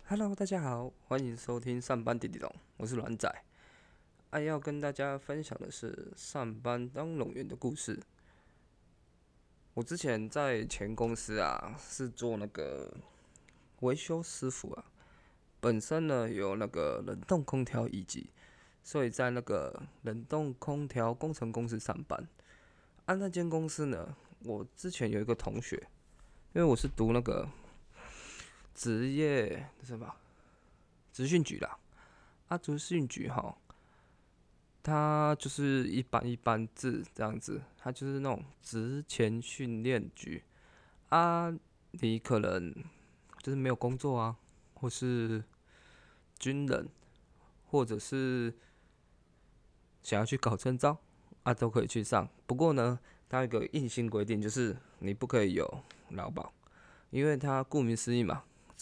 Hello，大家好，欢迎收听上班滴滴咚，我是阮仔。要跟大家分享的是上班当冗员的故事。我之前在前公司是做那个维修师傅本身呢有那个冷冻空调乙级，所以在那个冷冻空调工程公司上班。那间公司呢，我之前有一个同学，因为我是读那个职业什么职训局啦。职训局它就是一般制这样子，它就是那种职前训练局你可能就是没有工作或是军人，或者是想要去考证照都可以去上。不过呢，它有一个硬性规定，就是你不可以有劳保，因为它顾名思义嘛，